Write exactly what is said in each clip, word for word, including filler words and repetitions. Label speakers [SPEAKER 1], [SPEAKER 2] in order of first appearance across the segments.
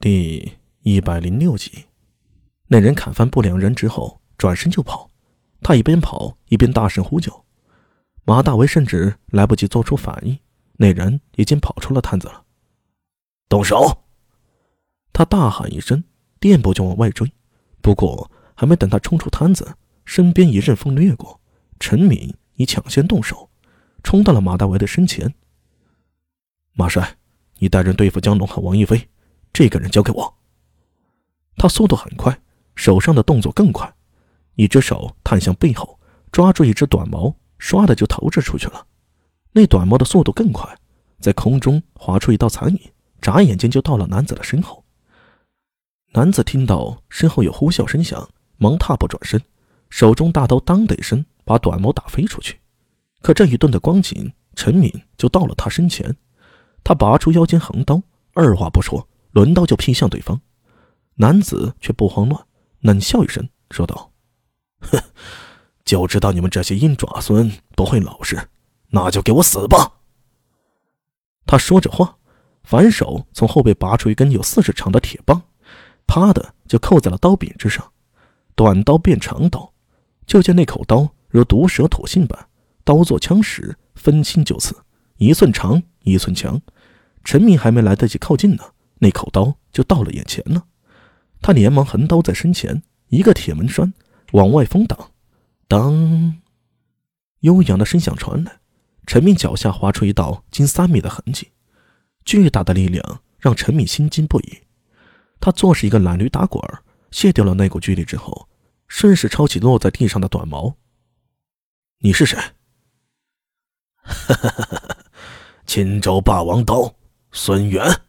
[SPEAKER 1] 第一百零六集，那人砍翻不良人之后转身就跑，他一边跑一边大声呼救。马大为甚至来不及做出反应，那人已经跑出了摊子了。动手！他大喊一声，垫步就往外追。不过还没等他冲出摊子，身边一阵风掠过，陈敏已抢先动手，冲到了马大为的身前。马帅，你带人对付江龙和王一飞，这个人交给我。他速度很快，手上的动作更快，一只手探向背后，抓住一只短矛，唰的就投掷出去了。那短矛的速度更快，在空中划出一道残影，眨眼间就到了男子的身后。男子听到身后有呼啸声响，忙踏步转身，手中大刀当的一声把短矛打飞出去。可这一顿的光景，陈敏就到了他身前，他拔出腰间横刀，二话不说，抡刀就劈向对方。男子却不慌乱，冷笑一声说道：哼，就知道你们这些鹰爪孙不会老实，那就给我死吧。他说着话，反手从后背拔出一根有四尺长的铁棒，啪的就扣在了刀柄之上，短刀变长刀，就见那口刀如毒蛇吐信般，刀作枪时分清就刺，一寸长一寸强。陈敏还没来得及靠近呢，那口刀就到了眼前了。他连忙横刀在身前，一个铁门栓往外封挡，当，悠扬的声响传来，陈敏脚下划出一道近三米的痕迹，巨大的力量让陈敏心惊不已。他作是一个懒驴打滚，卸掉了那股巨力之后，顺势抄起落在地上的短矛。你是谁？哈哈哈哈，青州霸王刀，孙元。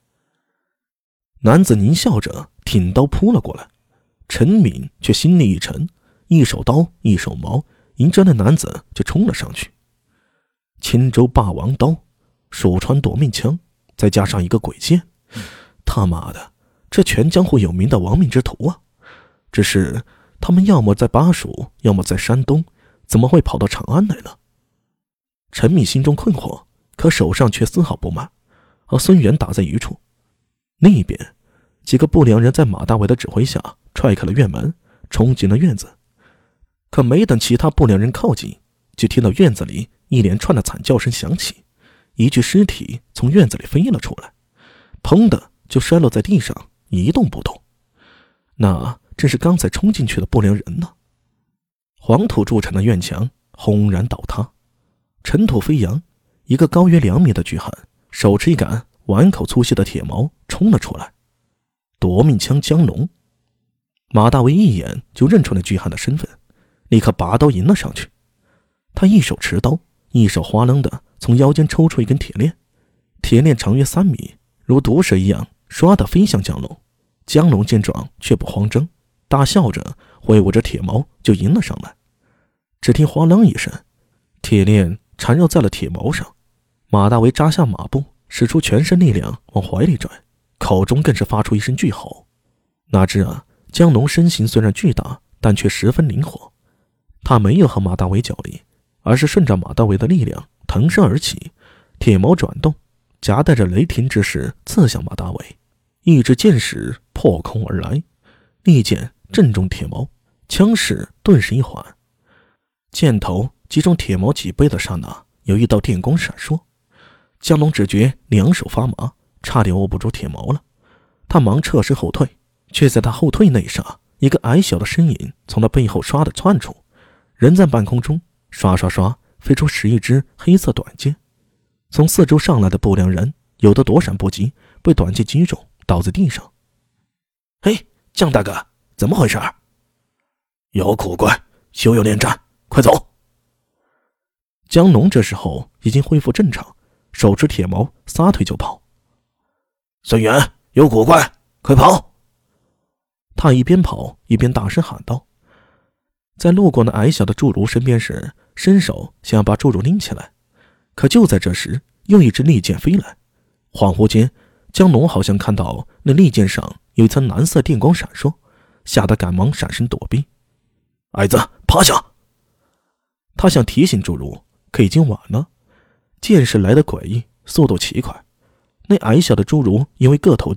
[SPEAKER 1] 男子狞笑着挺刀扑了过来，陈敏却心里一沉，一手刀一手矛，迎着那男子就冲了上去。青州霸王刀，蜀川夺命枪，再加上一个鬼剑，他妈的，这全江湖有名的亡命之徒啊！只是他们要么在巴蜀，要么在山东，怎么会跑到长安来呢？陈敏心中困惑，可手上却丝毫不慢，而孙元打在一处。另一边，几个不良人在马大为的指挥下踹开了院门，冲进了院子。可没等其他不良人靠近，就听到院子里一连串的惨叫声响起，一具尸体从院子里飞了出来，砰的就摔落在地上，一动不动。那正是刚才冲进去的不良人呢。黄土筑成的院墙轰然倒塌，尘土飞扬，一个高约两米的巨汉手持一杆碗口粗细的铁矛冲了出来。夺命枪江龙，马大为一眼就认出了巨汉的身份，立刻拔刀迎了上去。他一手持刀，一手哗楞的从腰间抽出一根铁链，铁链长约三米，如毒蛇一样唰的飞向江龙。江龙见状却不慌张，大笑着挥舞着铁矛就迎了上来。只听哗啷一声，铁链缠绕在了铁矛上，马大为扎下马步，使出全身力量往怀里拽，口中更是发出一声巨吼。哪知啊，江龙身形虽然巨大，但却十分灵活，他没有和马大为角力，而是顺着马大为的力量腾身而起，铁矛转动，夹带着雷霆之势刺向马大为。一支箭矢破空而来，利箭正中铁矛，枪势顿时一缓，箭头击中铁矛脊背的刹那，有一道电光闪烁。江龙只觉两手发麻，差点握不住铁矛了。他忙侧身后退，却在他后退那一刹，一个矮小的身影从他背后唰地窜出，人在半空中刷刷刷飞出十一支黑色短剑。从四周上来的不良人有的躲闪不及，被短剑击中，倒在地上。嘿，江大哥，怎么回事？有苦怪，休有恋战，快走！江龙这时候已经恢复正常，手持铁矛撒腿就跑。孙元，有古怪，快跑！他一边跑一边大声喊道。在路过那矮小的祝儒身边时，伸手想要把祝儒拎起来，可就在这时，又一支利箭飞来。恍惚间，江龙好像看到那利箭上有一层蓝色电光闪烁，吓得赶忙闪身躲避。矮子，趴下！他想提醒祝儒，可已经晚了。箭势来得诡异，速度奇快。那矮小的侏儒因为个头低，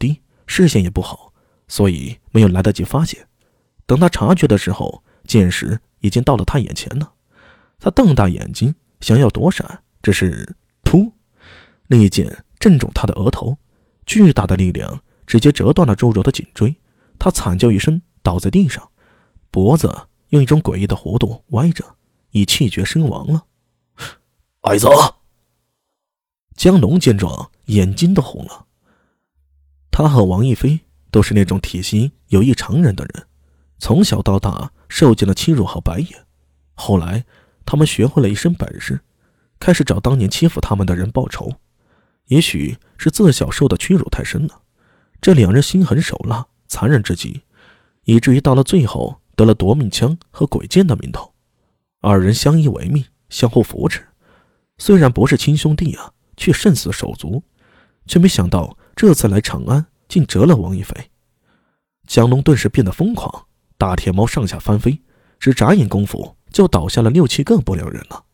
[SPEAKER 1] 视线也不好，所以没有来得及发现。等他察觉的时候，剑矢已经到了他眼前了。他瞪大眼睛想要躲闪，只是噗，利剑正中他的额头，巨大的力量直接折断了周柔的颈椎。他惨叫一声倒在地上，脖子用一种诡异的弧度歪着，已气绝身亡了。
[SPEAKER 2] 矮子！
[SPEAKER 1] 江龙见状眼睛都红了。他和王一飞都是那种体型有异常人的人，从小到大受尽了欺辱和白眼，后来他们学会了一身本事，开始找当年欺负他们的人报仇。也许是自小受的屈辱太深了，这两人心狠手辣，残忍至极，以至于到了最后得了夺命枪和鬼剑的名头。二人相依为命，相互扶持，虽然不是亲兄弟啊，却胜似手足。却没想到这次来长安竟折了王一飞。江龙顿时变得疯狂，大铁猫上下翻飞，只眨眼功夫就倒下了六七个不良人了。